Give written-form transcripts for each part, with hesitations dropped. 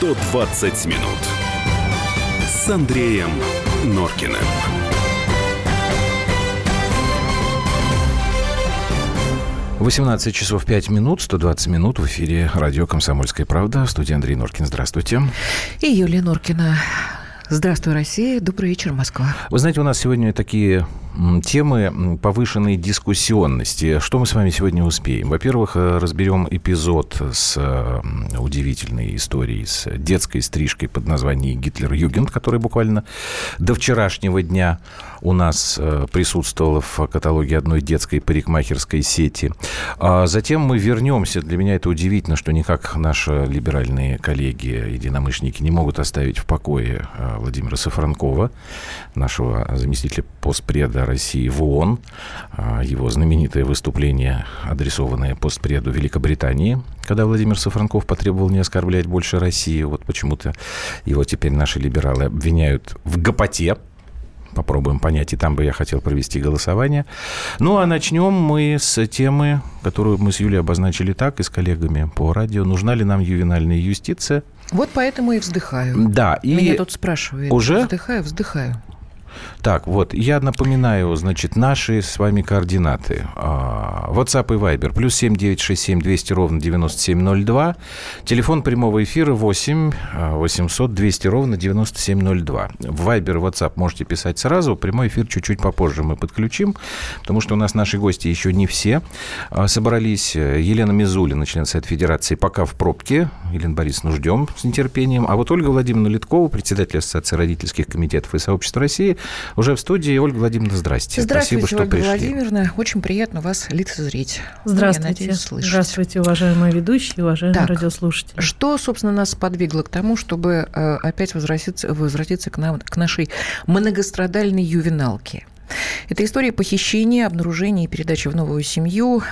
120 минут с Андреем Норкиным. — 18 часов 5 минут, 120 минут в эфире радио «Комсомольская правда». В студии Андрей Норкин. Здравствуйте. И Юлия Норкина. Здравствуй, Россия. Добрый вечер, Москва. Вы знаете, у нас сегодня такие темы повышенной дискуссионности. Что мы с вами сегодня успеем? Во-первых, разберем эпизод с удивительной историей с детской стрижкой под названием «Гитлер-Югенд», который буквально до вчерашнего дня у нас присутствовала в каталоге одной детской парикмахерской сети. А затем мы вернемся. Для меня это удивительно, что никак наши либеральные коллеги, единомышленники, не могут оставить в покое Владимира Сафронкова, нашего заместителя постпреда России в ООН. Его знаменитое выступление, адресованное постпреду Великобритании, когда Владимир Сафронков потребовал не оскорблять больше Россию. Вот почему-то его теперь наши либералы обвиняют в гопоте. Попробуем понять, и там бы я хотел провести голосование. Ну, а начнем мы с темы, которую мы с Юлей обозначили так, и с коллегами по радио. Нужна ли нам ювенальная юстиция? Вот поэтому и вздыхаю. Да. И меня тут спрашивают. Уже? Вздыхаю. Так, вот, я напоминаю, значит, наши с вами координаты. WhatsApp и Viber. +7 967 200 ровно 9702. Телефон прямого эфира 8 800 200 ровно 9702. В Viber и WhatsApp можете писать сразу. Прямой эфир чуть-чуть попозже мы подключим, потому что у нас наши гости еще не все собрались. Елена Мизулина, член Совета Федерации, пока в пробке. Елена Борисовну ждем с нетерпением. А вот Ольга Владимировна Литкова, председатель Ассоциации родительских комитетов и сообщества России, уже в студии. Ольга Владимировна, здрасте. Здравствуйте, Спасибо, что Ольга пришли. Владимировна. Очень приятно вас лицезреть. Здравствуйте. Я надеюсь, слышать. Здравствуйте, уважаемые ведущие, уважаемые радиослушатели. Что, собственно, нас подвигло к тому, чтобы опять возвратиться к нашей многострадальной ювеналке? Это история похищения, обнаружения и передачи в новую семью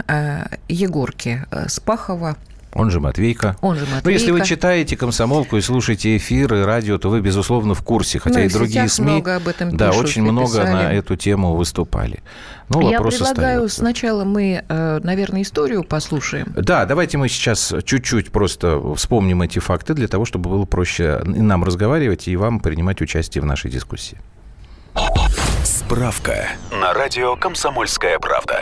Егорки Спахова. Он же Матвейка. Ну, если вы читаете «Комсомолку» и слушаете эфиры, радио, то вы, безусловно, в курсе. Хотя и другие СМИ много об этом да, пишут, очень много писали. На эту тему выступали. Ну, я вопрос предлагаю остается. Сначала мы, наверное, историю послушаем. Да, давайте мы сейчас чуть-чуть просто вспомним эти факты для того, чтобы было проще и нам разговаривать, и вам принимать участие в нашей дискуссии. Справка на радио «Комсомольская правда».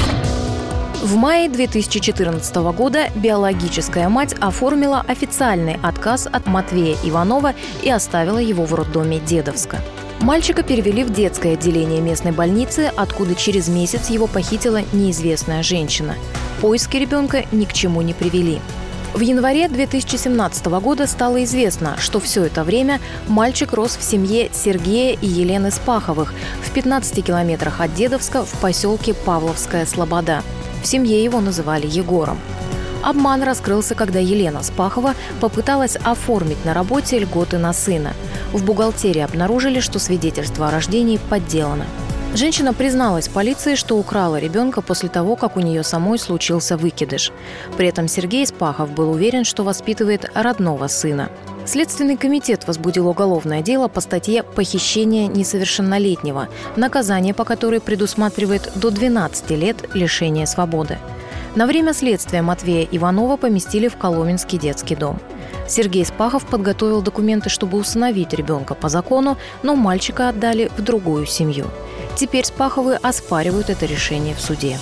В мае 2014 года биологическая мать оформила официальный отказ от Матвея Иванова и оставила его в роддоме Дедовска. Мальчика перевели в детское отделение местной больницы, откуда через месяц его похитила неизвестная женщина. Поиски ребенка ни к чему не привели. В январе 2017 года стало известно, что все это время мальчик рос в семье Сергея и Елены Спаховых в 15 километрах от Дедовска в поселке Павловская Слобода. В семье его называли Егором. Обман раскрылся, когда Елена Спахова попыталась оформить на работе льготы на сына. В бухгалтерии обнаружили, что свидетельство о рождении подделано. Женщина призналась полиции, что украла ребенка после того, как у нее самой случился выкидыш. При этом Сергей Спахов был уверен, что воспитывает родного сына. Следственный комитет возбудил уголовное дело по статье «Похищение несовершеннолетнего», наказание по которой предусматривает до 12 лет лишения свободы. На время следствия Матвея Иванова поместили в Коломенский детский дом. Сергей Спахов подготовил документы, чтобы усыновить ребенка по закону, но мальчика отдали в другую семью. Теперь Спаховы оспаривают это решение в суде.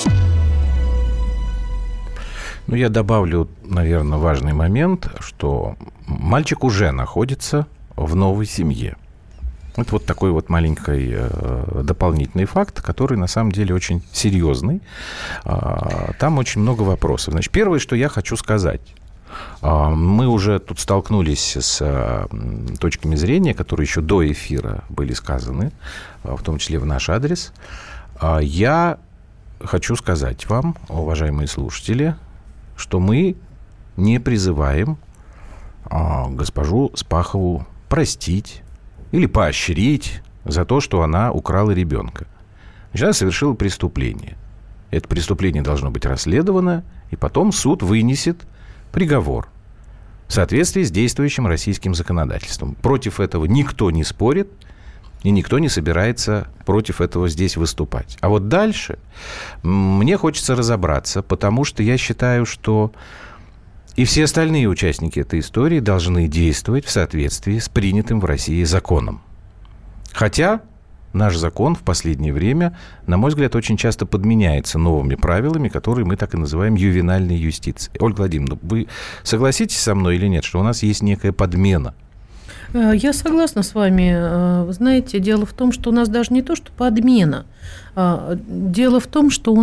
Ну, я добавлю, наверное, важный момент, что мальчик уже находится в новой семье. Это вот такой вот маленький дополнительный факт, который на самом деле очень серьезный. Там очень много вопросов. Значит, первое, что я хочу сказать. Мы уже тут столкнулись с точками зрения, которые еще до эфира были сказаны, в том числе в наш адрес. Я хочу сказать вам, уважаемые слушатели, что мы не призываем госпожу Спахову простить или поощрить за то, что она украла ребенка. Значит, она совершила преступление. Это преступление должно быть расследовано, и потом суд вынесет приговор в соответствии с действующим российским законодательством. Против этого никто не спорит, и никто не собирается против этого здесь выступать. А вот дальше мне хочется разобраться, потому что я считаю, что И все остальные участники этой истории должны действовать в соответствии с принятым в России законом. Хотя наш закон в последнее время, на мой взгляд, очень часто подменяется новыми правилами, которые мы так и называем ювенальной юстицией. Ольга Владимировна, вы согласитесь со мной или нет, что у нас есть некая подмена? Я согласна с вами. Вы знаете, дело в том, что у нас даже не то, что подмена. Дело в том, что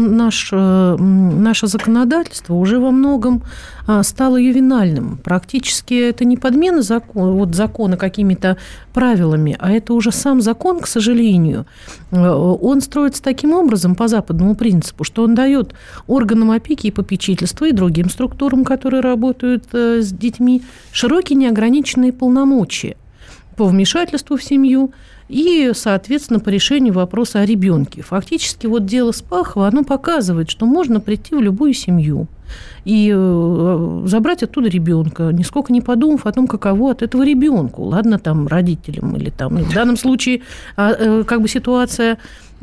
наше законодательство уже во многом стало ювенальным. Практически это не подмена закона какими-то правилами, а это уже сам закон, к сожалению. Он строится таким образом, по западному принципу, что он дает органам опеки и попечительства и другим структурам, которые работают с детьми, широкие неограниченные полномочия по вмешательству в семью и, соответственно, по решению вопроса о ребенке. Фактически вот дело Спахова, оно показывает, что можно прийти в любую семью и забрать оттуда ребенка, нисколько не подумав о том, каково от этого ребенку. Ладно, там, родителям или там, в данном случае, как бы ситуация...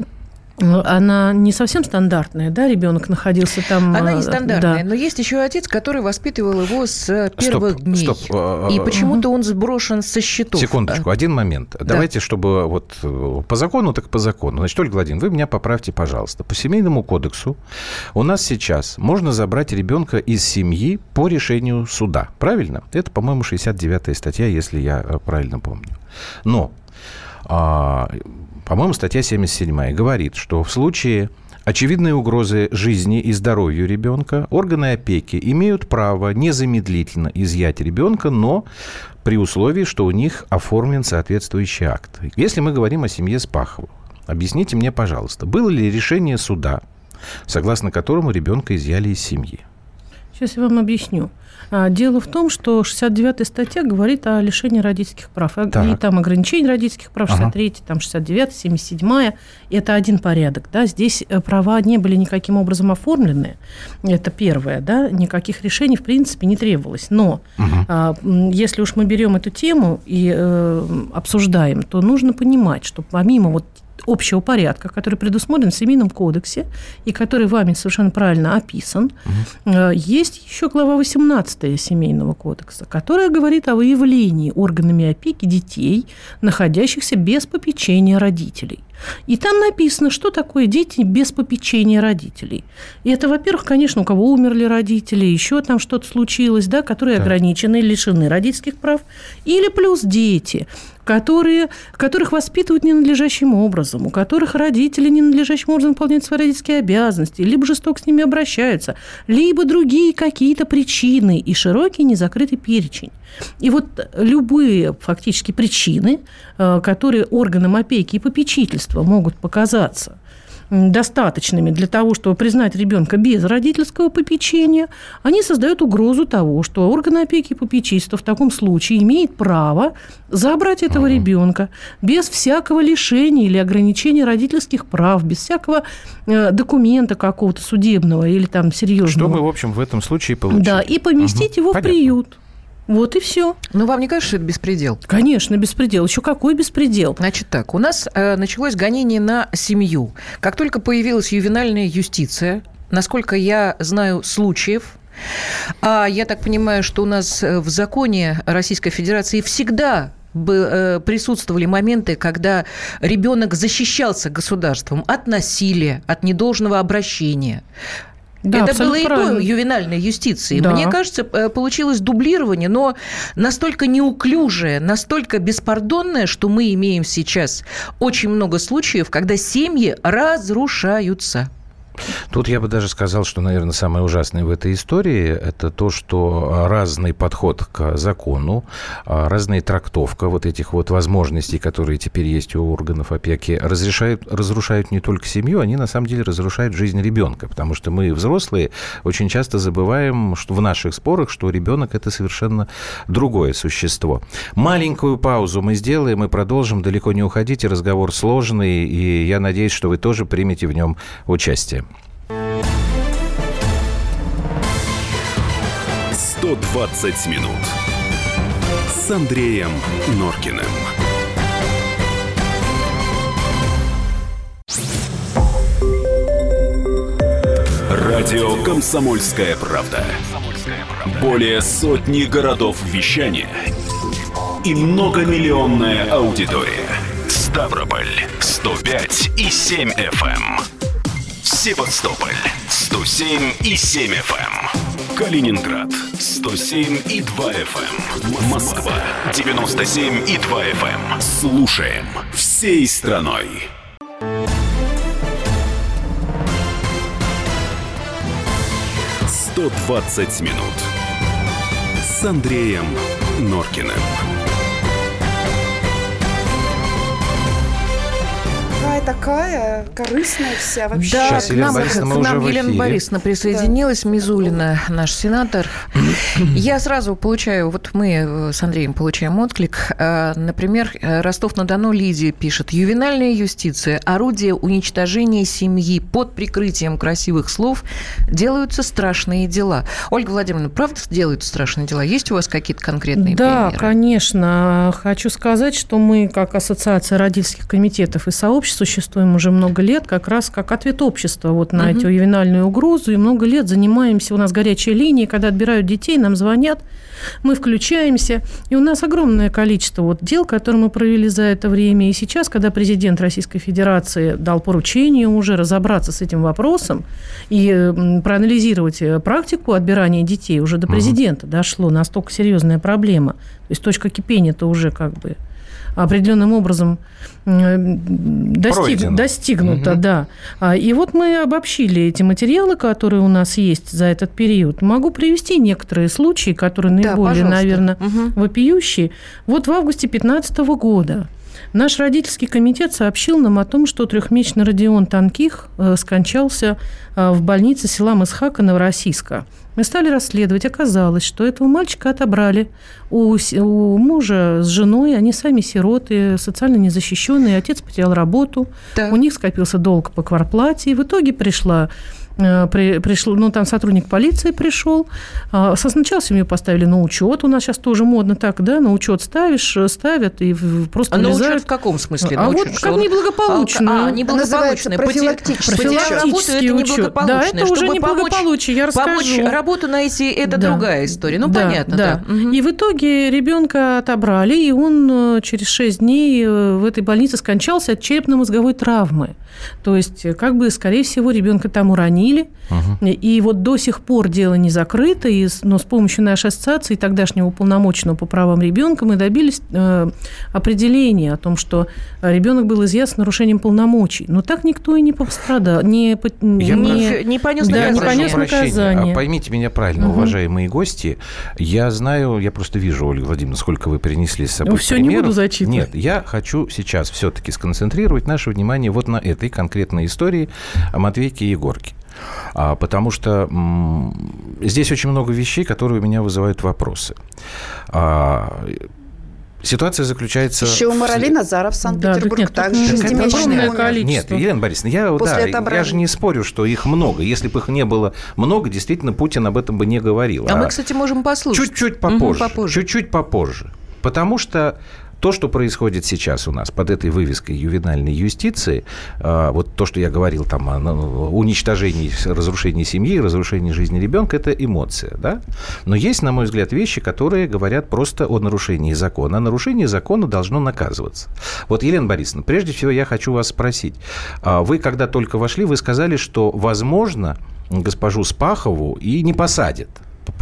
Она не совсем стандартная, да, ребенок находился там. Она не стандартная, да. Но есть еще отец, который воспитывал его с первых дней. И почему-то он сброшен со счетов. Секундочку, один момент. Да. Давайте, чтобы вот по закону, так по закону. Значит, Ольга Владимировна, вы меня поправьте, пожалуйста. По Семейному кодексу у нас сейчас можно забрать ребенка из семьи по решению суда. Правильно? Это, по-моему, 69-я статья, если я правильно помню. Но... по-моему, статья 77 говорит, что в случае очевидной угрозы жизни и здоровью ребенка органы опеки имеют право незамедлительно изъять ребенка, но при условии, что у них оформлен соответствующий акт. Если мы говорим о семье Спаховых, объясните мне, пожалуйста, было ли решение суда, согласно которому ребенка изъяли из семьи? Сейчас я вам объясню. Дело в том, что 69-я статья говорит о лишении родительских прав. Так. И там ограничение родительских прав, 63-я, там 69-я, 77-я. Это один порядок. Да? Здесь права не были никаким образом оформлены. Это первое. Да? Никаких решений, в принципе, не требовалось. Но если уж мы берем эту тему и обсуждаем, то нужно понимать, что помимо вот общего порядка, который предусмотрен в Семейном кодексе и который вами совершенно правильно описан, есть еще глава 18 Семейного кодекса, которая говорит о выявлении органами опеки детей, находящихся без попечения родителей. И там написано, что такое дети без попечения родителей. И это, во-первых, конечно, у кого умерли родители, еще там что-то случилось, да, которые ограничены, лишены родительских прав, или плюс дети, которых воспитывают ненадлежащим образом, у которых родители ненадлежащим образом выполняют свои родительские обязанности, либо жестоко с ними обращаются, либо другие какие-то причины и широкий незакрытый перечень. И вот любые фактически причины, которые органам опеки и попечительства могут показаться достаточными для того, чтобы признать ребенка без родительского попечения, они создают угрозу того, что органы опеки и попечительства в таком случае имеют право забрать этого ребенка без всякого лишения или ограничения родительских прав, без всякого документа какого-то судебного или там серьезного. Что мы, в общем, в этом случае получили? Да, и поместить его в приют. Вот и все. Но вам не кажется, что это беспредел? Конечно, беспредел. Еще какой беспредел? Значит так, у нас началось гонение на семью. Как только появилась ювенальная юстиция, насколько я знаю случаев, я так понимаю, что у нас в законе Российской Федерации всегда присутствовали моменты, когда ребенок защищался государством от насилия, от недолжного обращения. Да, это было и до ювенальной юстиции. Да. Мне кажется, получилось дублирование, но настолько неуклюжее, настолько беспардонное, что мы имеем сейчас очень много случаев, когда семьи разрушаются. Тут я бы даже сказал, что, наверное, самое ужасное в этой истории – это то, что разный подход к закону, разная трактовка вот этих вот возможностей, которые теперь есть у органов опеки, разрушают не только семью, они на самом деле разрушают жизнь ребенка, потому что мы, взрослые, очень часто забываем, что в наших спорах, что ребенок – это совершенно другое существо. Маленькую паузу мы сделаем и продолжим. Далеко не уходите, разговор сложный, и я надеюсь, что вы тоже примете в нем участие. 120 минут с Андреем Норкиным. Радио «Комсомольская правда». Более сотни городов вещания и многомиллионная аудитория. Ставрополь 105,7 FM. Севастополь 107,7 FM. Калининград 107,2 FM. Москва 97,2 FM. Слушаем всей страной. «120 минут» с Андреем Норкиным. Такая корыстная вся вообще. Да, сейчас, к нам Елена уже Борисовна присоединилась, да. Мизулина, наш сенатор. Я сразу получаю, вот мы с Андреем получаем отклик. Например, Ростов-на-Дону Лидия пишет: ювенальная юстиция, орудие уничтожения семьи. Под прикрытием красивых слов делаются страшные дела. Ольга Владимировна, правда делаются страшные дела? Есть у вас какие-то конкретные примеры? Да, конечно. Хочу сказать, что мы, как Ассоциация родительских комитетов и сообществ, существуем уже много лет, как раз как ответ общества вот на эту ювенальную угрозу, и много лет занимаемся, у нас горячая линия, когда отбирают детей, нам звонят, мы включаемся, и у нас огромное количество вот дел, которые мы провели за это время, и сейчас, когда президент Российской Федерации дал поручение уже разобраться с этим вопросом и проанализировать практику отбирания детей, уже до президента дошло, настолько серьезная проблема, то есть точка кипения-то уже как бы определенным образом достигнуто, да. И вот мы обобщили эти материалы, которые у нас есть за этот период. Могу привести некоторые случаи, которые наиболее, наверное, вопиющие. Вот в августе 2015 года наш родительский комитет сообщил нам о том, что 3-месячный Родион Танких скончался в больнице села Мысхака Новороссийска. Мы стали расследовать. Оказалось, что этого мальчика отобрали у мужа с женой. Они сами сироты, социально незащищенные. Отец потерял работу. Да. У них скопился долг по квартплате. И в итоге пришел, там сотрудник полиции пришел. Сначала семью поставили на учет. У нас сейчас тоже модно так, да, на учет ставят и просто на учет в каком смысле? А вот как неблагополучно. Неблагополучно. Профилактический учет. Да, это уже неблагополучие, я расскажу. Работу найти – это другая история. Ну, понятно, да. И в итоге ребенка отобрали, и он через 6 дней в этой больнице скончался от черепно-мозговой травмы. То есть, как бы, скорее всего, ребенка там уронили. И вот до сих пор дело не закрыто, но с помощью нашей ассоциации, тогдашнего уполномоченного по правам ребенка, мы добились определения о том, что ребенок был изъят с нарушением полномочий. Но так никто и не пострадал, не понес наказание. Поймите меня правильно, уважаемые гости. Я знаю, я просто вижу, Ольга Владимировна, сколько вы принесли с собой все примеров. Не буду зачитывать. Нет, я хочу сейчас все-таки сконцентрировать наше внимание вот на этой конкретной истории о Матвейке и Егорке. Потому что здесь очень много вещей, которые у меня вызывают вопросы. Ситуация заключается... Еще у Марали Назаров, Санкт-Петербург, также 6-месячное количество. Нет, Елена Борисовна, я же не спорю, что их много. Если бы их не было много, действительно, Путин об этом бы не говорил. Мы, кстати, можем послушать. Чуть-чуть попозже. Потому что то, что происходит сейчас у нас под этой вывеской ювенальной юстиции, вот то, что я говорил там о уничтожении, разрушении семьи, разрушении жизни ребенка, это эмоция, да? Но есть, на мой взгляд, вещи, которые говорят просто о нарушении закона. А нарушение закона должно наказываться. Вот, Елена Борисовна, прежде всего я хочу вас спросить. Вы, когда только вошли, вы сказали, что, возможно, госпожу Спахову и не посадят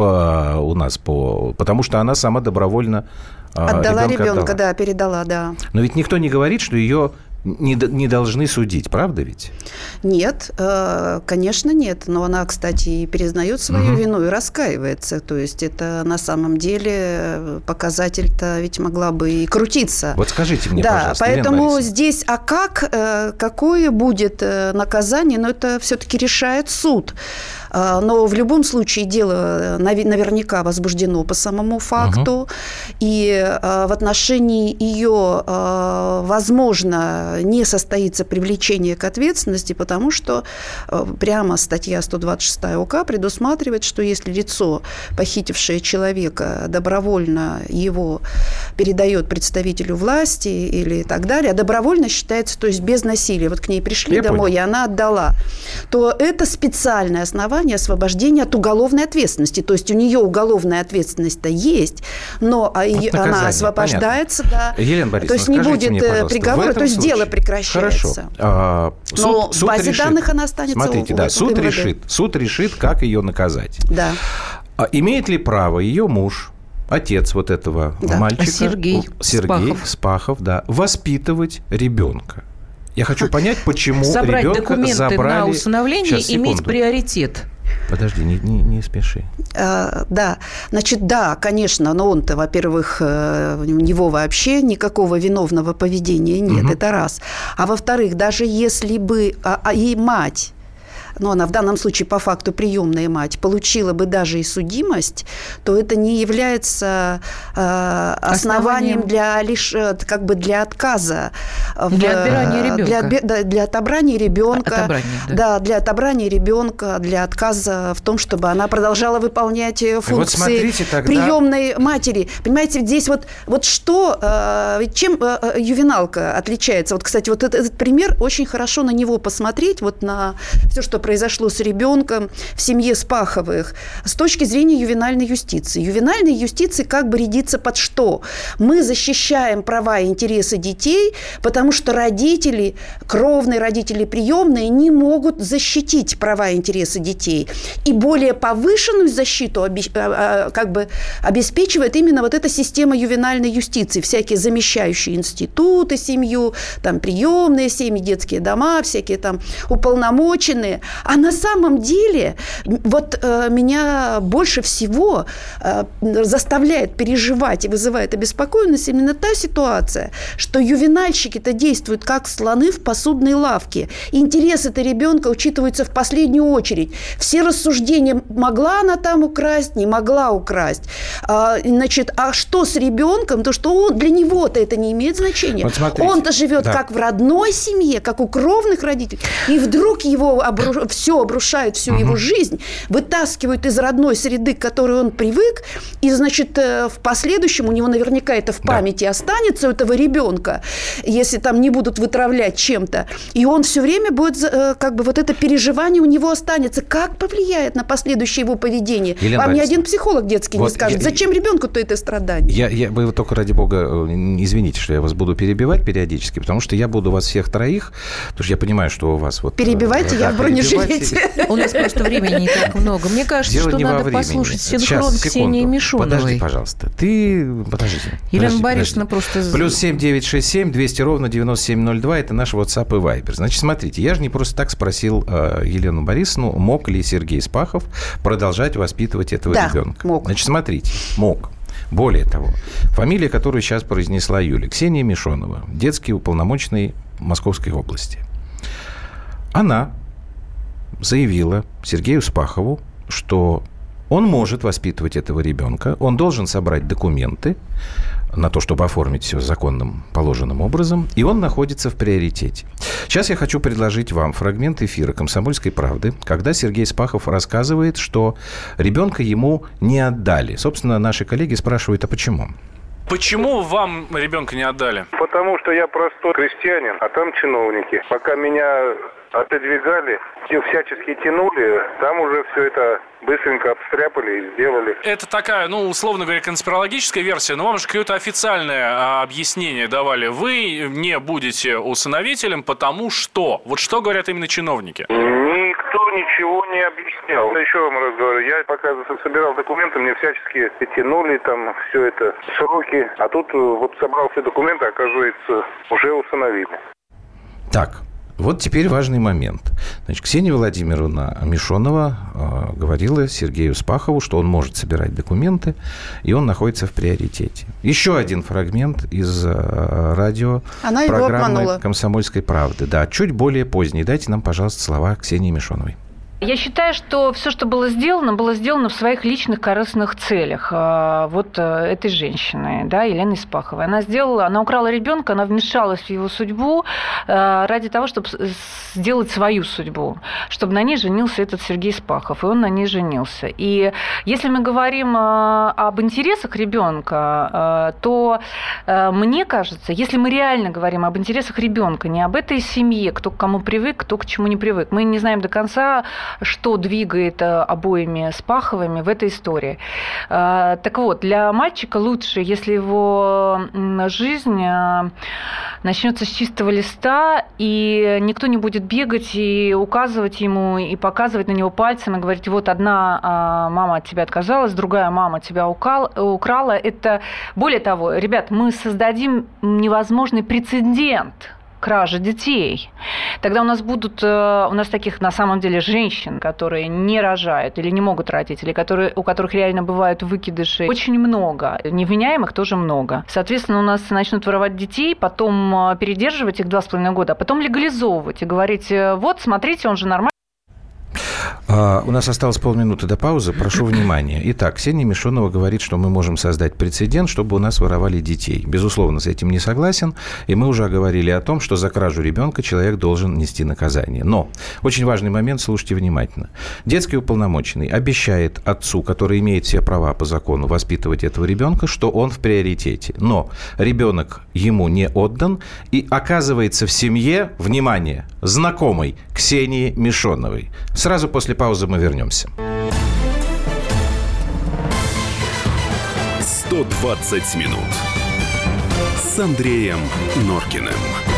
потому что она сама добровольно отдала ребенка, да, передала, да. Но ведь никто не говорит, что ее не должны судить, правда ведь? Нет, конечно, нет. Но она, кстати, и признает свою вину и раскаивается. То есть это на самом деле показатель-то ведь могла бы и крутиться. Вот скажите мне, да, пожалуйста, поэтому здесь, какое будет наказание, но это все-таки решает суд. Но в любом случае дело наверняка возбуждено по самому факту, и в отношении ее, возможно, не состоится привлечение к ответственности, потому что прямо статья 126 УК предусматривает, что если лицо, похитившее человека, добровольно его передает представителю власти или так далее, а добровольно считается, то есть без насилия, вот к ней пришли домой, и она отдала, то это специальное основание, основания освобождения от уголовной ответственности. То есть у нее уголовная ответственность-то есть, но она освобождается. Да. Елена Борисовна, то есть не будет приговора, то есть дело прекращается. Хорошо. Но в базе данных она останется. Смотрите, да, суд решит, как ее наказать. Да. Имеет ли право ее муж, отец вот этого мальчика, Сергей Спахов, воспитывать ребенка? Я хочу понять, почему собрать ребенка документы забрали... на усыновление и иметь приоритет. Подожди, не спеши. Да, значит, да, конечно, но он-то, во-первых, у него вообще никакого виновного поведения нет, это раз. А во-вторых, даже если бы и мать, но она в данном случае по факту приемная мать, получила бы даже и судимость, то это не является основанием для отказа. Для отбирания ребенка. Для отобрания ребенка. Для отобрания ребенка, для отказа в том, чтобы она продолжала выполнять функции приемной матери. Понимаете, здесь вот что, чем ювеналка отличается? Вот, кстати, вот этот пример, очень хорошо на него посмотреть, вот на все, что произошло с ребенком в семье Спаховых с точки зрения ювенальной юстиции. Ювенальная юстиция как бы рядится под что? Мы защищаем права и интересы детей, потому что родители, кровные родители приемные, не могут защитить права и интересы детей. И более повышенную защиту как бы обеспечивает именно вот эта система ювенальной юстиции. Всякие замещающие институты, семью, там приемные семьи, детские дома, всякие там уполномоченные. А на самом деле вот меня больше всего заставляет переживать и вызывает обеспокоенность именно та ситуация, что ювенальщики-то действуют как слоны в посудной лавке. Интересы-то ребенка учитываются в последнюю очередь. Все рассуждения, могла она там украсть, не могла украсть. Значит, а что с ребенком? То, что для него-то это не имеет значения. Вот он-то живет как в родной семье, как у кровных родителей. И вдруг его все обрушают, всю его жизнь, вытаскивают из родной среды, к которой он привык, и, значит, в последующем у него наверняка это в памяти останется, у этого ребенка, если там не будут вытравлять чем-то, и он все время будет, как бы, вот это переживание у него останется. Как повлияет на последующее его поведение? Вам ни один психолог детский не скажет. Зачем ребенку-то это страдание? Вы только, ради бога, извините, что я вас буду перебивать периодически, потому что я буду вас всех троих, потому что я понимаю, что у вас вот... Перебивайте, я в бронежилете. У нас просто времени не так много. Мне кажется, что надо послушать синхрон Ксении Мишоновой. Подожди, пожалуйста. Подождите. Елена Борисовна просто... Плюс 7967 200 ровно 9702. Это наш WhatsApp и Viber. Значит, смотрите, я же не просто так спросил Елену Борисовну, мог ли Сергей Спахов продолжать воспитывать этого ребенка. Мог. Значит, смотрите, мог. Более того, фамилия, которую сейчас произнесла Юля, Ксения Мишонова, детский уполномоченный Московской области. Она заявила Сергею Спахову, что он может воспитывать этого ребенка, он должен собрать документы на то, чтобы оформить все законным положенным образом, и он находится в приоритете. Сейчас я хочу предложить вам фрагмент эфира «Комсомольской правды», когда Сергей Спахов рассказывает, что ребенка ему не отдали. Собственно, наши коллеги спрашивают, а почему? Почему вам ребенка не отдали? Потому что я простой крестьянин, а там чиновники. Пока меня отодвигали, всячески тянули, там уже все это быстренько обстряпали и сделали. Это такая, условно говоря, конспирологическая версия, но вам же какое-то официальное объяснение давали. Вы не будете усыновителем, потому что... Вот что говорят именно чиновники? Никто ничего не объяснял. Еще вам раз говорю, я пока собирал документы, мне всячески тянули там все это сроки, а тут вот собрал все документы, оказывается, уже усыновили. Так. Вот теперь важный момент. Значит, Ксения Владимировна Мишонова говорила Сергею Спахову, что он может собирать документы, и он находится в приоритете. Еще один фрагмент из радиопрограммы «Комсомольской правды». Да, чуть более поздний. Дайте нам, пожалуйста, слова Ксении Мишоновой. Я считаю, что все, что было сделано в своих личных корыстных целях. Вот этой женщины, да, Елены Спаховой. Она украла ребенка, она вмешалась в его судьбу ради того, чтобы сделать свою судьбу, чтобы на ней женился этот Сергей Спахов, и он на ней женился. И если мы говорим об интересах ребенка, то мне кажется, если мы реально говорим об интересах ребенка, не об этой семье, кто к кому привык, кто к чему не привык, мы не знаем до конца что двигает обоими Спаховыми в этой истории. Так вот, для мальчика лучше, если его жизнь начнется с чистого листа, и никто не будет бегать и указывать ему, и показывать на него пальцем, и говорить, вот одна мама от тебя отказалась, другая мама тебя украла. Это, более того, ребят, мы создадим невозможный прецедент кражи детей. Тогда у нас таких на самом деле женщин, которые не рожают или не могут родить, или у которых реально бывают выкидыши, очень много. Невменяемых тоже много. Соответственно, у нас начнут воровать детей, потом передерживать их 2,5 года, а потом легализовывать и говорить, вот, смотрите, он же нормальный. У нас осталось полминуты до паузы. Прошу внимания. Итак, Ксения Мишонова говорит, что мы можем создать прецедент, чтобы у нас воровали детей. Безусловно, с этим не согласен. И мы уже говорили о том, что за кражу ребенка человек должен нести наказание. Но очень важный момент, слушайте внимательно. Детский уполномоченный обещает отцу, который имеет все права по закону воспитывать этого ребенка, что он в приоритете. Но ребенок ему не отдан и оказывается в семье, внимание, знакомой Ксении Мишоновой. Сразу после паузы мы вернемся. 120 минут с Андреем Норкиным.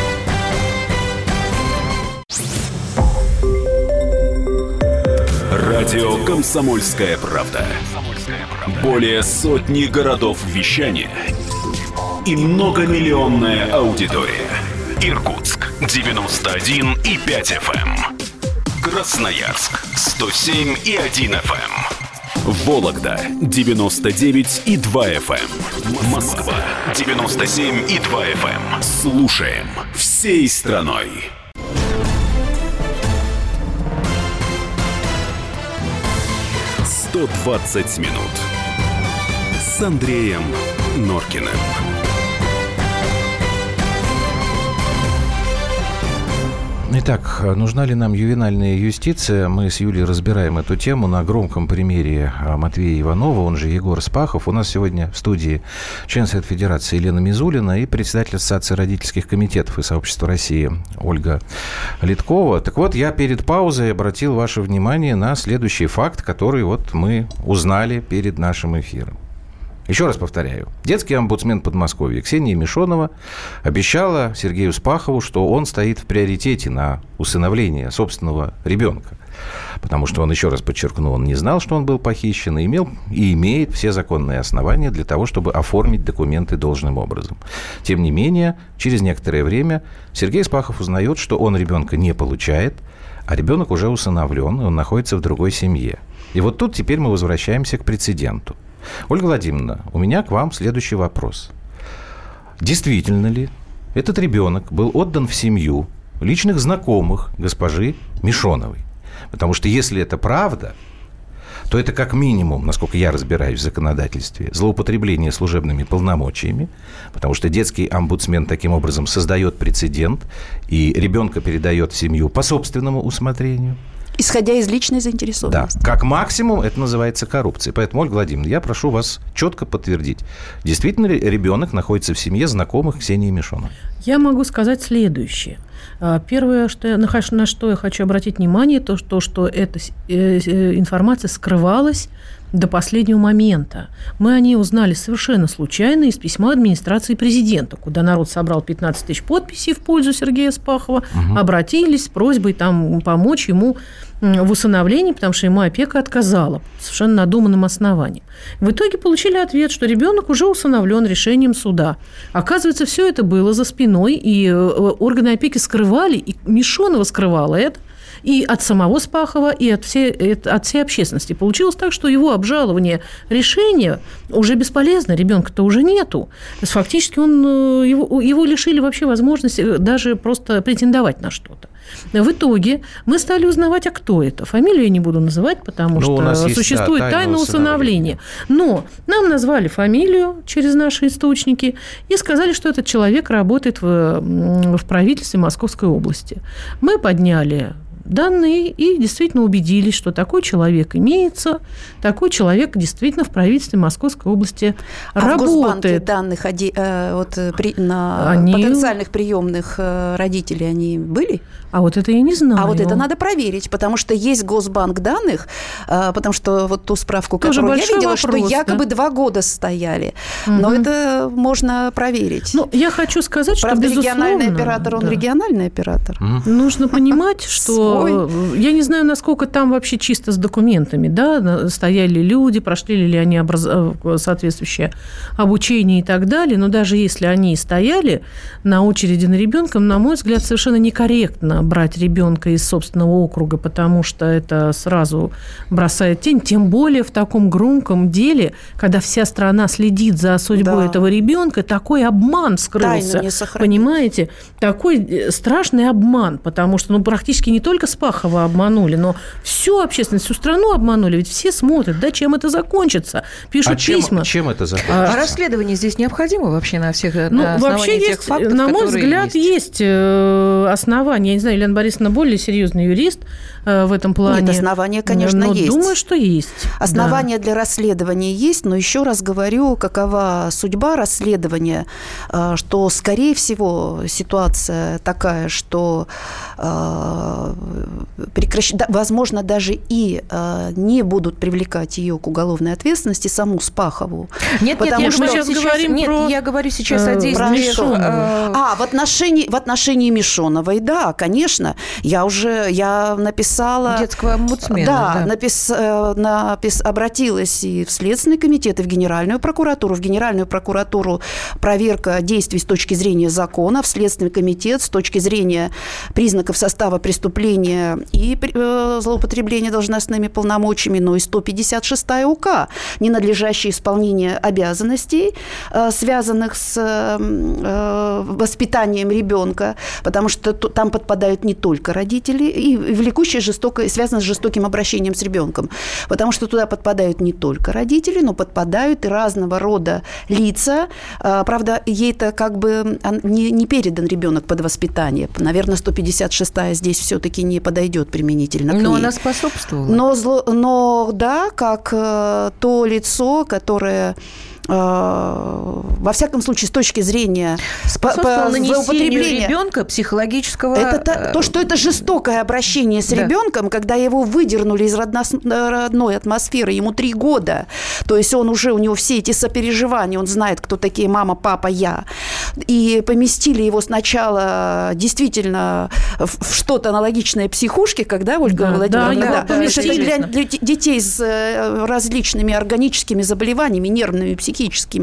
Радио «Комсомольская правда». Более сотни городов вещания и многомиллионная аудитория. Иркутск 91,5 FM. Красноярск 107,1 FM. Вологда 99,2 FM. Москва 97,2 FM. Слушаем всей страной. «120 минут» с Андреем Норкиным. Итак, нужна ли нам ювенальная юстиция? Мы с Юлией разбираем эту тему на громком примере Матвея Иванова, он же Егор Спахов. У нас сегодня в студии член Совета Федерации Елена Мизулина и председатель Ассоциации родительских комитетов и Сообщества России Ольга Литкова. Так вот, я перед паузой обратил ваше внимание на следующий факт, который вот мы узнали перед нашим эфиром. Еще раз повторяю. Детский омбудсмен Подмосковья Ксения Мишонова обещала Сергею Спахову, что он стоит в приоритете на усыновление собственного ребенка. Потому что он, еще раз подчеркну, он не знал, что он был похищен, и имеет все законные основания для того, чтобы оформить документы должным образом. Тем не менее, через некоторое время Сергей Спахов узнает, что он ребенка не получает, а ребенок уже усыновлен, и он находится в другой семье. И вот тут теперь мы возвращаемся к прецеденту. Ольга Владимировна, у меня к вам следующий вопрос. Действительно ли этот ребенок был отдан в семью личных знакомых госпожи Мишоновой? Потому что если это правда, то это как минимум, насколько я разбираюсь в законодательстве, злоупотребление служебными полномочиями, потому что детский омбудсмен таким образом создает прецедент и ребенка передает в семью по собственному усмотрению. Исходя из личной заинтересованности. Да, как максимум это называется коррупцией. Поэтому, Ольга Владимировна, я прошу вас четко подтвердить, действительно ли ребенок находится в семье знакомых Ксении Мишоновой? Я могу сказать следующее. Первое, на что я хочу обратить внимание, то, что эта информация скрывалась до последнего момента. Мы о ней узнали совершенно случайно из письма администрации президента, куда народ собрал 15 тысяч подписей в пользу Сергея Спахова, обратились с просьбой помочь ему в усыновлении, потому что ему опека отказала по совершенно надуманным основаниям. В итоге получили ответ, что ребенок уже усыновлен решением суда. Оказывается, все это было за спиной, и органы опеки скрывали, и Мишонова скрывала это, и от самого Спахова, и от всей общественности. Получилось так, что его обжалование решения уже бесполезно, ребенка-то уже нету. Фактически его лишили вообще возможности даже просто претендовать на что-то. В итоге мы стали узнавать, а кто это. Фамилию я не буду называть, потому что существует тайна усыновления. Но нам назвали фамилию через наши источники и сказали, что этот человек работает в правительстве Московской области. Мы подняли данные и действительно убедились, что такой человек имеется, такой человек действительно в правительстве Московской области работает. В Госбанке данных потенциальных приемных родителей они были? А вот это я не знаю. А вот это надо проверить, потому что есть Госбанк данных, потому что вот ту справку, тоже которую я видела, вопрос, что якобы 2 года стояли. Но это можно проверить. Ну, я хочу сказать, правда, что, безусловно... региональный оператор, он региональный оператор. Нужно понимать, что... Я не знаю, насколько там вообще чисто с документами, да, стояли люди, прошли ли они соответствующее обучение и так далее, но даже если они и стояли на очереди на ребенка, на мой взгляд, совершенно некорректно брать ребенка из собственного округа, потому что это сразу бросает тень, тем более в таком громком деле, когда вся страна следит за судьбой этого ребенка, такой обман вскрылся, понимаете? Такой страшный обман, потому что практически не только Спахова обманули, но всю общественность, всю страну обманули, ведь все смотрят, да, чем это закончится, пишут письма. Чем это закончится? А расследование здесь необходимо вообще на всех вообще тех фактов, на мой взгляд, есть основания. Я не знаю, Елена Борисовна более серьезный юрист в этом плане. Нет, основания, конечно, но есть. Думаю, что есть. Основания для расследования есть, но еще раз говорю, какова судьба расследования, что, скорее всего, ситуация такая, что, возможно, даже и не будут привлекать ее к уголовной ответственности, саму Спахову. Нет, я говорю сейчас о действии Мишоновой. В отношении Мишоновой, да, конечно. Я написала... Детского омбудсмена. Да, обратилась и в Следственный комитет, и в Генеральную прокуратуру. В Генеральную прокуратуру проверка действий с точки зрения закона, в Следственный комитет с точки зрения признаков состава преступления и злоупотребления должностными полномочиями, но и 156-я УК, ненадлежащее исполнение обязанностей, связанных с воспитанием ребенка, потому что там подпадают не только родители, и связано с жестоким обращением с ребенком, потому что туда подпадают не только родители, но подпадают и разного рода лица. Правда, ей-то как бы не передан ребенок под воспитание. Наверное, 156-я здесь все-таки не подойдет применительно к ней. Но она способствовала. Но да, как то лицо, которое... во всяком случае, с точки зрения нанесению ребенка психологического... То, что это жестокое обращение с ребенком, когда его выдернули из родной атмосферы, ему 3 года, то есть у него все эти сопереживания, он знает, кто такие мама, папа, я, и поместили его сначала действительно в что-то аналогичное психушке, когда, Ольга Владимировна, это для детей с различными органическими заболеваниями, нервными, психическими,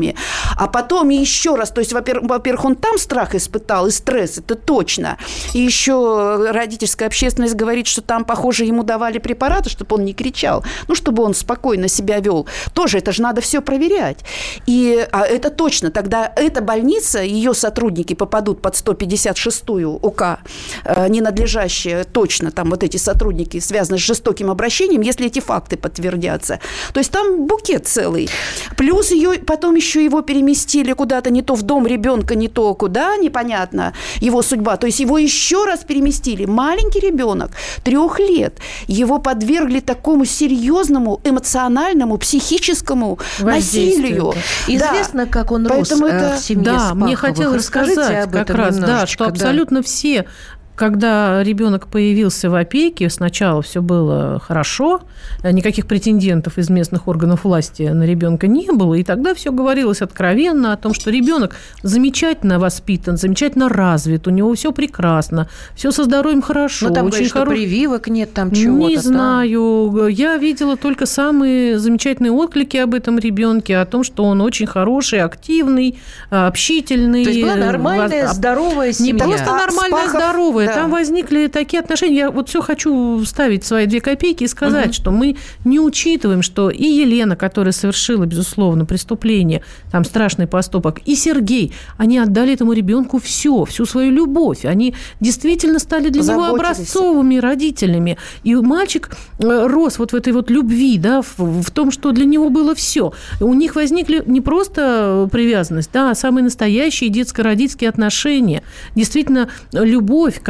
а потом еще раз, то есть, во-первых, он там страх испытал и стресс, это точно, и еще родительская общественность говорит, что там, похоже, ему давали препараты, чтобы он не кричал, чтобы он спокойно себя вел, тоже это же надо все проверять, а это точно, тогда эта больница, ее сотрудники попадут под 156-ю УК, ненадлежащие, точно, там вот эти сотрудники связаны с жестоким обращением, если эти факты подтвердятся, то есть там букет целый, плюс потом еще его переместили куда-то, не то в дом ребенка, не то куда, непонятно, его судьба. То есть его еще раз переместили. Маленький ребенок, 3 лет, его подвергли такому серьезному эмоциональному, психическому насилию. Известно, как он рос в семье Спаховых. Мне хотелось сказать как раз, что абсолютно все... Когда ребенок появился в опеке, сначала все было хорошо, никаких претендентов из местных органов власти на ребенка не было, и тогда все говорилось откровенно о том, что ребенок замечательно воспитан, замечательно развит, у него все прекрасно, все со здоровьем хорошо. Но там говорят, что прививок нет, там чего-то. Не знаю. Я видела только самые замечательные отклики об этом ребенке, о том, что он очень хороший, активный, общительный. То есть была нормальная, здоровая семья. Не просто нормальная, здоровая. Да. Там возникли такие отношения. Я вот все хочу вставить свои 2 копейки и сказать, что мы не учитываем, что и Елена, которая совершила, безусловно, преступление, там страшный поступок, и Сергей, они отдали этому ребенку всю свою любовь. Они действительно стали для него образцовыми родителями. И мальчик рос вот в этой вот любви, да, в том, что для него было все. У них возникли не просто привязанность, да, а самые настоящие детско-родительские отношения. Действительно, любовь,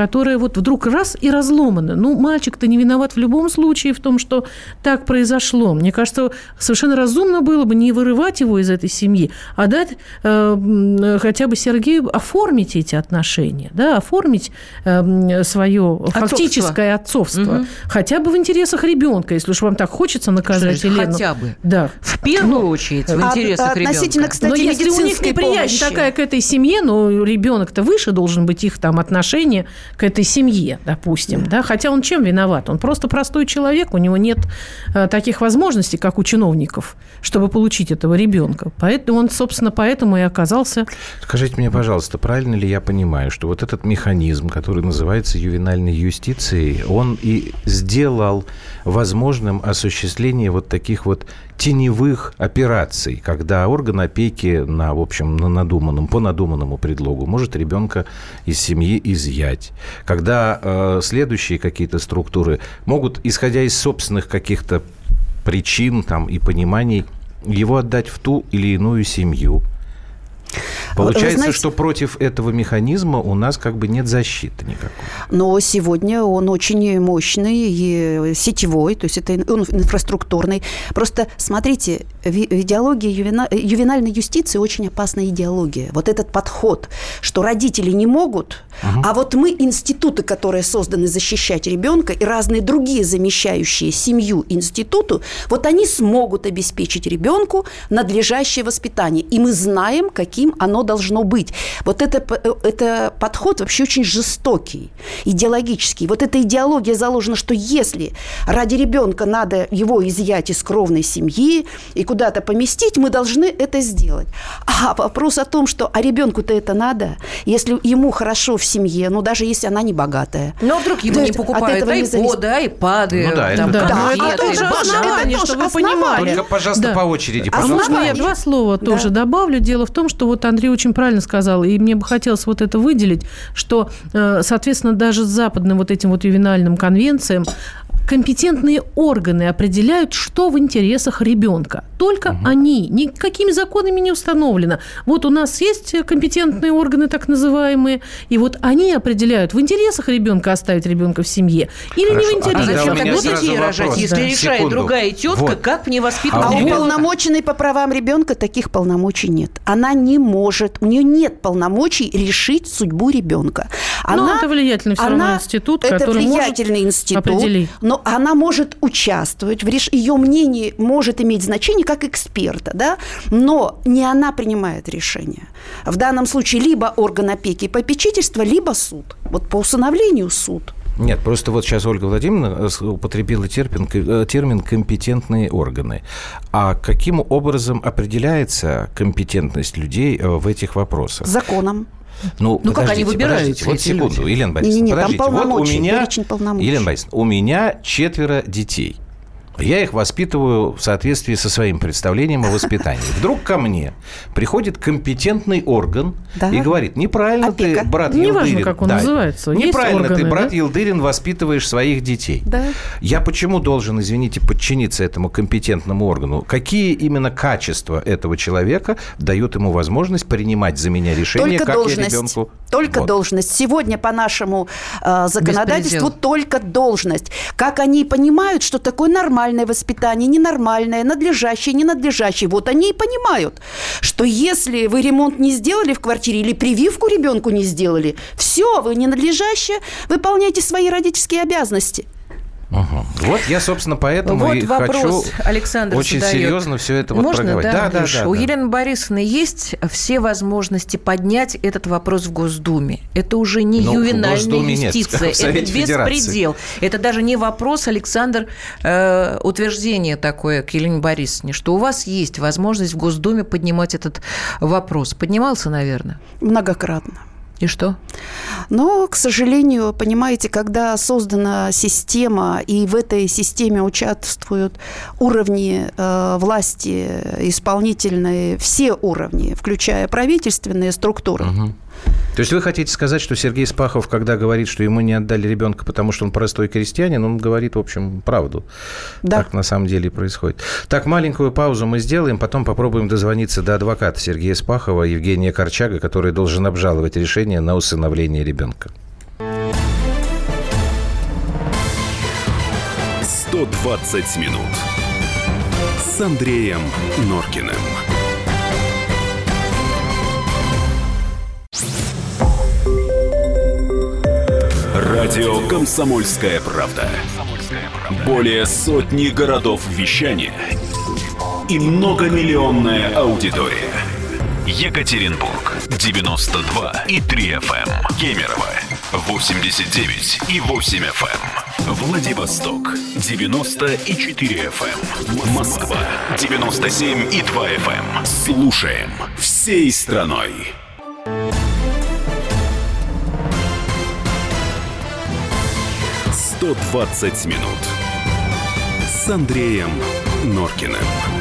которая вот вдруг раз и разломана. Ну, мальчик-то не виноват в любом случае в том, что так произошло. Мне кажется, совершенно разумно было бы не вырывать его из этой семьи, а дать хотя бы Сергею оформить эти отношения, да, оформить свое фактическое отцовство. Хотя бы в интересах ребенка, если уж вам так хочется наказать Елену. Хотя бы. Да. В первую очередь в интересах ребенка. Относительно, кстати, но если у них неприязнь такая к этой семье, ну, ребенок-то выше должен быть их там отношение к этой семье, допустим. Да. Хотя он чем виноват? Он просто простой человек, у него нет таких возможностей, как у чиновников, чтобы получить этого ребенка. Поэтому он, собственно, поэтому и оказался... Скажите мне, пожалуйста, правильно ли я понимаю, что вот этот механизм, который называется ювенальной юстицией, он и сделал возможным осуществление вот таких вот теневых операций, когда орган опеки по надуманному предлогу может ребенка из семьи изъять, когда следующие какие-то структуры могут, исходя из собственных каких-то причин там, и пониманий, его отдать в ту или иную семью. Получается, знаете, что против этого механизма у нас как бы нет защиты никакой. Но сегодня он очень мощный и сетевой, то есть это он инфраструктурный. Просто смотрите, идеология ювенальной юстиции очень опасная идеология. Вот этот подход, что родители не могут, а вот мы, институты, которые созданы защищать ребенка, и разные другие замещающие семью институту, вот они смогут обеспечить ребенку надлежащее воспитание. И мы знаем, каким оно должно быть. Вот это подход вообще очень жестокий, идеологический. Вот эта идеология заложена, что если ради ребенка надо его изъять из кровной семьи и куда-то поместить, мы должны это сделать. А вопрос о том, что ребенку-то это надо, если ему хорошо в семье, ну даже если она не богатая. Но вдруг ему не покупают айподы, айпады. Ну да, это тоже основание, чтобы вы понимали. Только, пожалуйста, по очереди. Можно я два слова тоже добавлю? Дело в том, что вот Андрей очень правильно сказал, и мне бы хотелось вот это выделить, что, соответственно, даже с западным вот этим вот ювенальным конвенциям компетентные органы определяют, что в интересах ребенка. Только они. Никакими законами не установлено. Вот у нас есть компетентные органы, так называемые, и вот они определяют, в интересах ребенка оставить ребенка в семье или не в интересах. А зачем тогда детей рожать, если решает другая тетка, как мне воспитывать ребенка? А у уполномоченной по правам ребенка таких полномочий нет. Она не может, у нее нет полномочий решить судьбу ребенка. Но это влиятельный все равно институт, который может определить. Но она может участвовать, ее мнение может иметь значение как эксперта, да? Но не она принимает решение. В данном случае либо орган опеки и попечительства, либо суд. Вот по усыновлению суд. Нет, просто вот сейчас Ольга Владимировна употребила термин «компетентные органы». А каким образом определяется компетентность людей в этих вопросах? Законом. Ну как они выбираются? Вот секунду, люди? Елена Борисовна, подождите. Там полномочия, Елена Борисовна, у меня 4 детей. Я их воспитываю в соответствии со своим представлением о воспитании. Вдруг ко мне приходит компетентный орган и говорит: неправильно ты, брат Елдырин... Неважно, как он называется. Неправильно органы, ты, брат Елдырин, воспитываешь своих детей. Да. Я почему должен, извините, подчиниться этому компетентному органу? Какие именно качества этого человека дают ему возможность принимать за меня решение, как я ребенку... Только должность. Сегодня по нашему законодательству только должность. Как они понимают, что такое нормальное воспитание, ненормальное, надлежащее, ненадлежащее. Вот они и понимают, что если вы ремонт не сделали в квартире или прививку ребенку не сделали, все, вы ненадлежащее выполняете свои родительские обязанности. Вот я, собственно, поэтому вот и вопрос хочу Александр очень задает. серьезно все это Можно, проговорить. Да. У Елены Борисовны есть все возможности поднять этот вопрос в Госдуме. Это уже не ювенальная юстиция, это беспредел. Это даже не вопрос, Александр, утверждение такое к Елене Борисовне, что у вас есть возможность в Госдуме поднимать этот вопрос. Поднимался, наверное? Многократно. И что? Но, к сожалению, понимаете, когда создана система, и в этой системе участвуют уровни власти исполнительные, все уровни, включая правительственные структуры. То есть вы хотите сказать, что Сергей Спахов, когда говорит, что ему не отдали ребенка, потому что он простой крестьянин, он говорит, в общем, правду. Да. Так на самом деле и происходит. Так, маленькую паузу мы сделаем, потом попробуем дозвониться до адвоката Сергея Спахова, Евгения Корчага, который должен обжаловать решение на усыновление ребенка. 120 минут с Андреем Норкиным. Радио «Комсомольская правда». Более сотни городов вещания и многомиллионная аудитория. Екатеринбург 92,3 FM. Кемерово 89,8 FM. Владивосток 90,4 FM. Москва 97,2 FM. Слушаем всей страной. «120 минут» с Андреем Норкиным.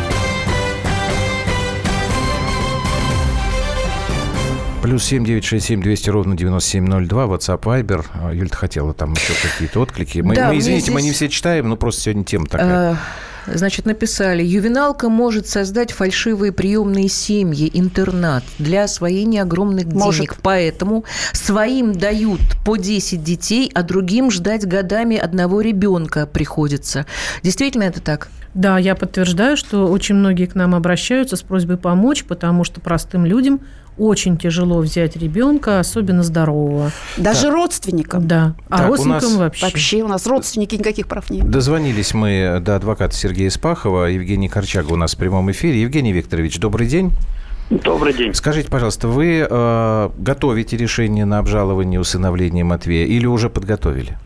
+7 967 200 ровно 9702, WhatsApp, Viber. Юль-то хотела там еще какие-то отклики. Мы, извините, мы не все читаем, но просто сегодня тема такая. Значит, написали: ювеналка может создать фальшивые приемные семьи, интернат для освоения огромных денег. Поэтому своим дают по 10 детей, а другим ждать годами одного ребенка приходится. Действительно это так? Да, я подтверждаю, что очень многие к нам обращаются с просьбой помочь, потому что простым людям очень тяжело взять ребенка, особенно здорового. Даже родственникам. Да, так, родственникам вообще. Вообще у нас родственники никаких прав не имеют. Дозвонились мы до адвоката Сергея Спахова. Евгений Корчага у нас в прямом эфире. Евгений Викторович, добрый день. Добрый день. Скажите, пожалуйста, вы готовите решение на обжалование усыновления Матвея или уже подготовили?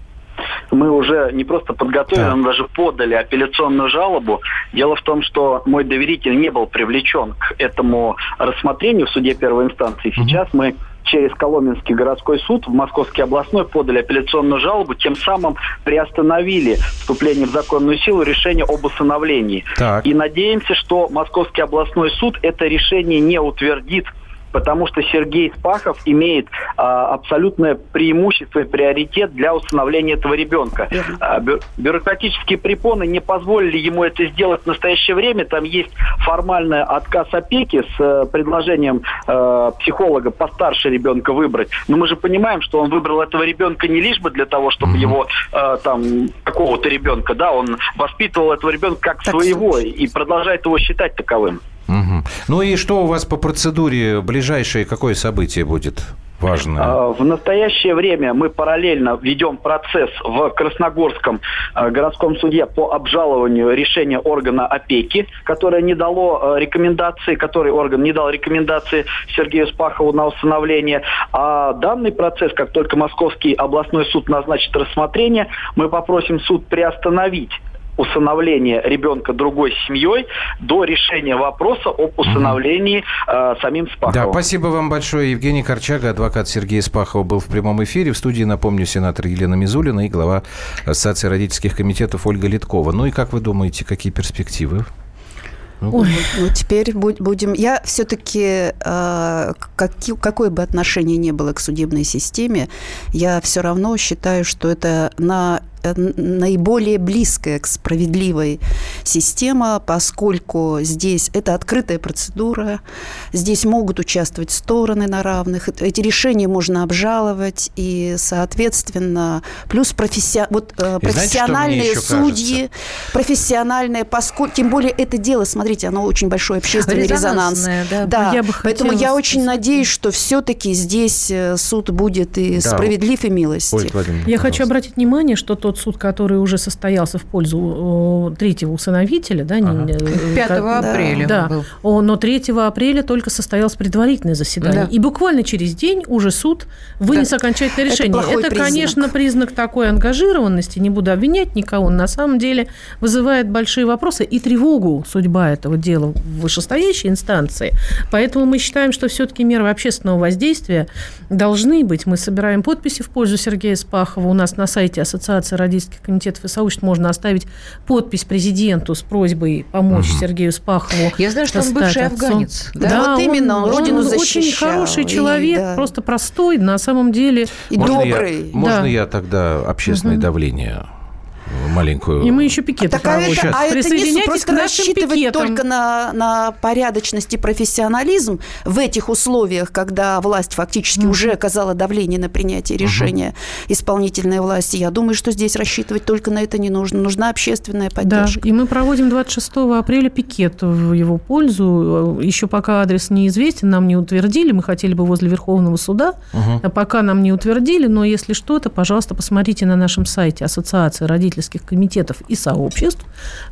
Мы уже не просто подготовили, мы даже подали апелляционную жалобу. Дело в том, что мой доверитель не был привлечен к этому рассмотрению в суде первой инстанции. Сейчас мы через Коломенский городской суд в Московский областной подали апелляционную жалобу, тем самым приостановили вступление в законную силу решения об усыновлении. Так. И надеемся, что Московский областной суд это решение не утвердит, потому что Сергей Спахов имеет абсолютное преимущество и приоритет для усыновления этого ребенка. Бюрократические препоны не позволили ему это сделать в настоящее время. Там есть формальный отказ опеки с предложением психолога постарше ребенка выбрать. Но мы же понимаем, что он выбрал этого ребенка не лишь бы для того, чтобы его какого-то ребенка, да, он воспитывал этого ребенка как своего и продолжает его считать таковым. Угу. Ну и что у вас по процедуре? Ближайшее какое событие будет важное? В настоящее время мы параллельно ведем процесс в Красногорском городском суде по обжалованию решения органа опеки, которое не дало рекомендации, который орган не дал рекомендации Сергею Спахову на усыновление. А данный процесс, как только Московский областной суд назначит рассмотрение, мы попросим суд приостановить усыновление ребенка другой семьей до решения вопроса об усыновлении самим Спаховым. Да, спасибо вам большое. Евгений Корчага, адвокат Сергея Спахова, был в прямом эфире. В студии, напомню, сенатор Елена Мизулина и глава Ассоциации родительских комитетов Ольга Литкова. Ну и как вы думаете, какие перспективы? Ну, теперь будем... Я все-таки, какое бы отношение ни было к судебной системе, я все равно считаю, что это наиболее близкая к справедливой системе, поскольку здесь это открытая процедура, здесь могут участвовать стороны на равных, эти решения можно обжаловать, и, соответственно, плюс профессиональные судьи, профессиональные, поскольку, тем более это дело, смотрите, оно очень большой общественный резонанс. Да. Поэтому я очень надеюсь, что все-таки здесь суд будет и справедлив, и милостив. Я хочу обратить внимание, что тот суд, который уже состоялся в пользу третьего усыновителя, 5 апреля был. Но 3 апреля только состоялось предварительное заседание. Да. И буквально через день уже суд вынес окончательное решение. Это, конечно, признак такой ангажированности, не буду обвинять никого, на самом деле вызывает большие вопросы и тревогу судьба этого дела в вышестоящей инстанции. Поэтому мы считаем, что все-таки меры общественного воздействия должны быть. Мы собираем подписи в пользу Сергея Спахова. У нас на сайте Ассоциации родительских комитетов и сообществ можно оставить подпись президенту с просьбой помочь Сергею Спахову. Я знаю, что он бывший афганец. Да, вот именно, он родину защищал. Очень хороший человек, просто простой, на самом деле. И добрый. Можно я тогда общественное давление? маленькую... И мы еще пикеты проводим. А это не просто рассчитывать пикетам. только на порядочность и профессионализм в этих условиях, когда власть фактически уже оказала давление на принятие решения исполнительной власти. Я думаю, что здесь рассчитывать только на это не нужно. Нужна общественная поддержка. Да, и мы проводим 26 апреля пикет в его пользу. Еще пока адрес неизвестен, нам не утвердили. Мы хотели бы возле Верховного суда. А пока нам не утвердили, но если что-то, пожалуйста, посмотрите на нашем сайте Ассоциации родительских комитетов и сообществ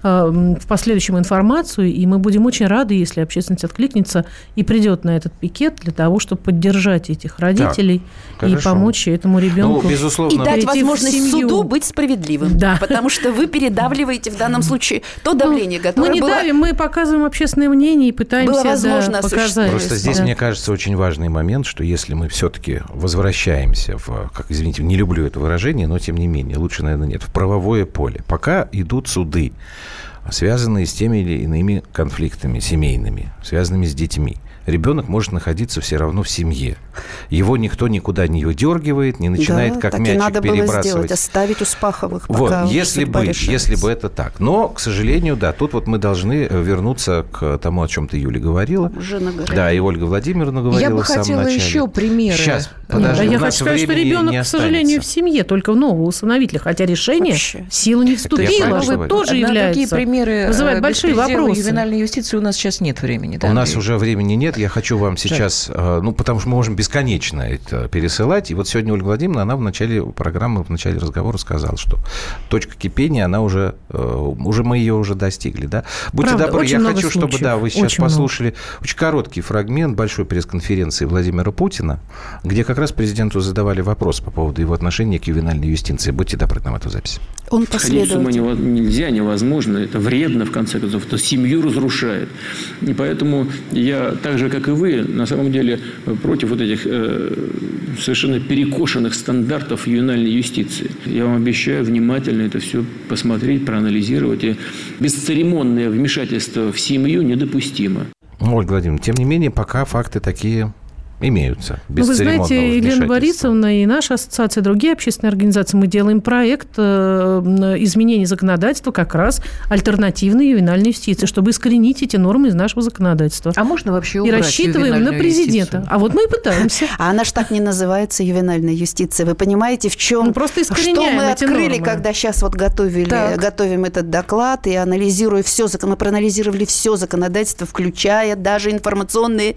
в последующем информацию, и мы будем очень рады, если общественность откликнется и придет на этот пикет для того, чтобы поддержать этих родителей и помочь этому ребенку. Ну, безусловно. И дать возможность суду быть справедливым. Да. Потому что вы передавливаете в данном случае то давление, которое мы не было... давим, мы показываем общественное мнение и пытаемся показать. Просто здесь, мне кажется, очень важный момент, что если мы все-таки возвращаемся в, как, извините, не люблю это выражение, но тем не менее, лучше, наверное, нет, в правовое поле. Пока идут суды, связанные с теми или иными конфликтами семейными, связанными с детьми, ребенок может находиться все равно в семье. Его никто никуда не выдергивает, не начинает как мячик надо перебрасывать. было сделать, оставить у Спаховых. Пока если бы это так. Но, к сожалению, да, тут вот мы должны вернуться к тому, о чем ты, Юля, говорила. Да, и Ольга Владимировна говорила в самом начале. Я бы хотела еще примеры. Сейчас, подожди, я хочу сказать, что ребенок, к сожалению, в семье, только в нового усыновителя, хотя решение в силу не вступило, что тоже является. Такие примеры вызывает большие вопросы. Ювенальной юстиции у нас сейчас нет времени. У нас уже времени нет. Я хочу вам сейчас, потому что мы можем бесконечно это пересылать. И вот сегодня Ольга Владимировна, она в начале программы, в начале разговора сказала, что точка кипения, она уже мы ее уже достигли. Да? Будьте добры, я хочу, чтобы вы сейчас послушали очень короткий фрагмент большой пресс-конференции Владимира Путина, где как раз президенту задавали вопрос по поводу его отношения к ювенальной юстиции. Будьте добры, нам эту запись. Он последовательно. Сходить с ума нельзя, невозможно. Это вредно, в конце концов. Это семью разрушает. И поэтому я, так же, как и вы, на самом деле против вот этих совершенно перекошенных стандартов ювенальной юстиции. Я вам обещаю внимательно это все посмотреть, проанализировать. И бесцеремонное вмешательство в семью недопустимо. Ольга Владимировна, тем не менее, пока факты такие имеются. Вы знаете, Елена Борисовна и наша ассоциация, и другие общественные организации, мы делаем проект изменения законодательства как раз альтернативной ювенальной юстиции, чтобы искоренить эти нормы из нашего законодательства. А можно вообще убрать? И рассчитываем на президента. Юстицию? А вот мы и пытаемся. А она ж так не называется ювенальная юстиция. Вы понимаете, в чем... Просто что мы открыли, когда сейчас вот готовим этот доклад и анализируя все, мы проанализировали все законодательство, включая даже информационные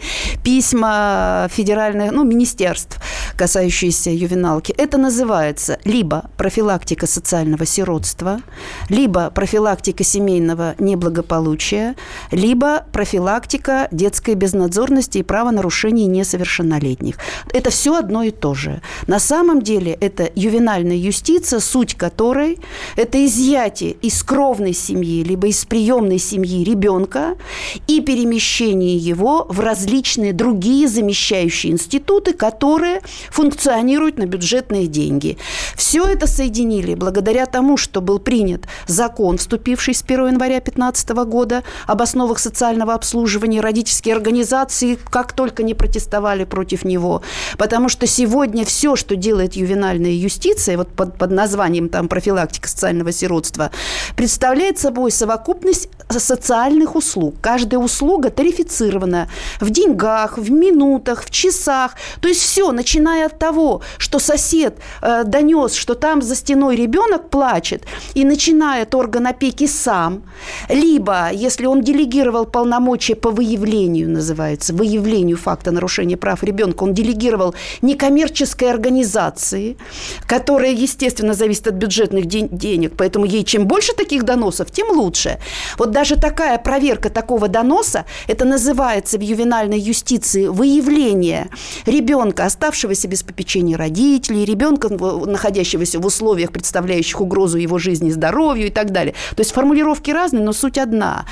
письма федеральных, министерств, касающиеся ювеналки. Это называется либо профилактика социального сиротства, либо профилактика семейного неблагополучия, либо профилактика детской безнадзорности и правонарушений несовершеннолетних. Это все одно и то же. На самом деле это ювенальная юстиция, суть которой это изъятие из кровной семьи, либо из приемной семьи ребенка и перемещение его в различные другие замещающие институты, которые функционируют на бюджетные деньги. Все это соединили благодаря тому, что был принят закон, вступивший с 1 января 2015 года об основах социального обслуживания. Родительские организации как только не протестовали против него. Потому что сегодня все, что делает ювенальная юстиция, вот под названием профилактика социального сиротства, представляет собой совокупность социальных услуг. Каждая услуга тарифицирована в деньгах, в минутах, в часах. То есть все, начиная от того, что сосед донес, что там за стеной ребенок плачет, и начиная от орган опеки сам, либо, если он делегировал полномочия по выявлению, называется, выявлению факта нарушения прав ребенка, он делегировал некоммерческой организации, которая, естественно, зависит от бюджетных денег, поэтому ей чем больше таких доносов, тем лучше. Вот даже такая проверка такого доноса, это называется в ювенальной юстиции выявление ребенка, оставшегося без попечения родителей, ребенка, находящегося в условиях, представляющих угрозу его жизни и здоровью и так далее. То есть формулировки разные, но суть одна.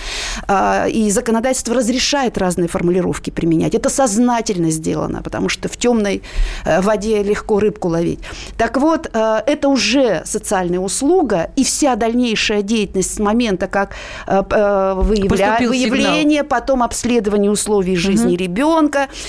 И законодательство разрешает разные формулировки применять. Это сознательно сделано, потому что в темной воде легко рыбку ловить. Так вот, это уже социальная услуга, и вся дальнейшая деятельность с момента, как выявление, потом обследование условий жизни ребенка, психолог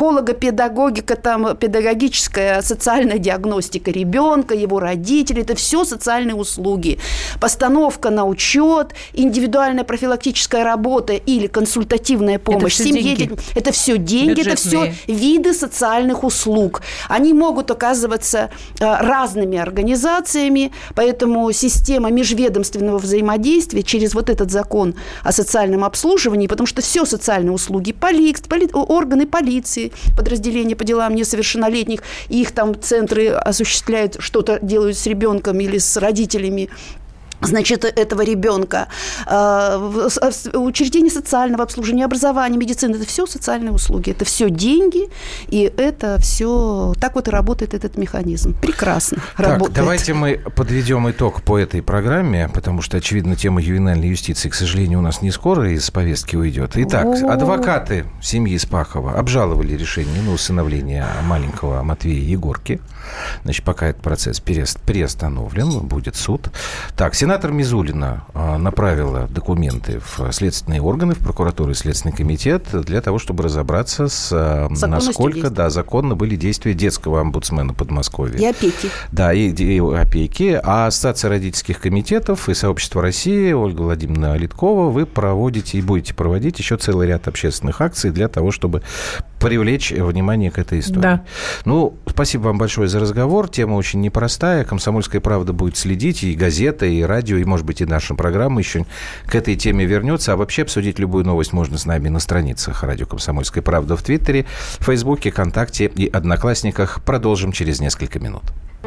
психолого-педагогика, там, педагогическая, социальная диагностика ребенка, его родителей. Это все социальные услуги. Постановка на учет, индивидуальная профилактическая работа или консультативная помощь семье. Это все деньги, это все виды социальных услуг. Они могут оказываться разными организациями, поэтому система межведомственного взаимодействия через вот этот закон о социальном обслуживании, потому что все социальные услуги, органы полиции, подразделения по делам несовершеннолетних, их там центры осуществляют, что-то делают с ребенком или с родителями, значит, этого ребенка, учреждения социального обслуживания, образования, медицины, это все социальные услуги, это все деньги, и это все, так вот и работает этот механизм. Прекрасно работает. Давайте мы подведем итог по этой программе, потому что, очевидно, тема ювенальной юстиции, к сожалению, у нас не скоро из повестки уйдет. Итак, адвокаты семьи Испахова обжаловали решение на усыновление маленького Матвея Егорки. Значит, пока этот процесс приостановлен, будет суд. Так, сенатор Мизулина направила документы в следственные органы, в прокуратуру и Следственный комитет для того, чтобы разобраться насколько законно были действия детского омбудсмена Подмосковья. И опеки. Да, и опеки. А Ассоциация родительских комитетов и Сообщество России, Ольга Владимировна Литкова, вы проводите и будете проводить еще целый ряд общественных акций для того, чтобы привлечь внимание к этой истории. Да. Ну, спасибо вам большое за разговор. Тема очень непростая. «Комсомольская правда» будет следить, и газета, и радио, и, может быть, и наша программа еще к этой теме вернется. А вообще обсудить любую новость можно с нами на страницах радио «Комсомольская правда» в Твиттере, в Фейсбуке, ВКонтакте и Одноклассниках. Продолжим через несколько минут.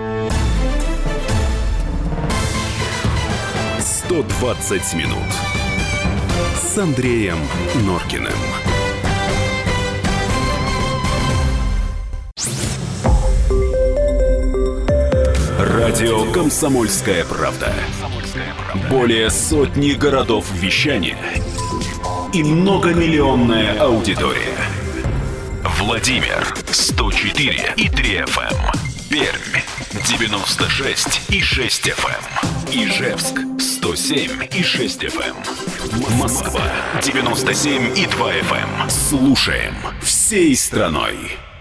120 минут с Андреем Норкиным. Радио «Комсомольская правда». Более сотни городов вещания и многомиллионная аудитория. Владимир 104,3 FM. Пермь 96,6 FM. Ижевск 107,6 FM. Москва 97,2 FM. Слушаем всей страной.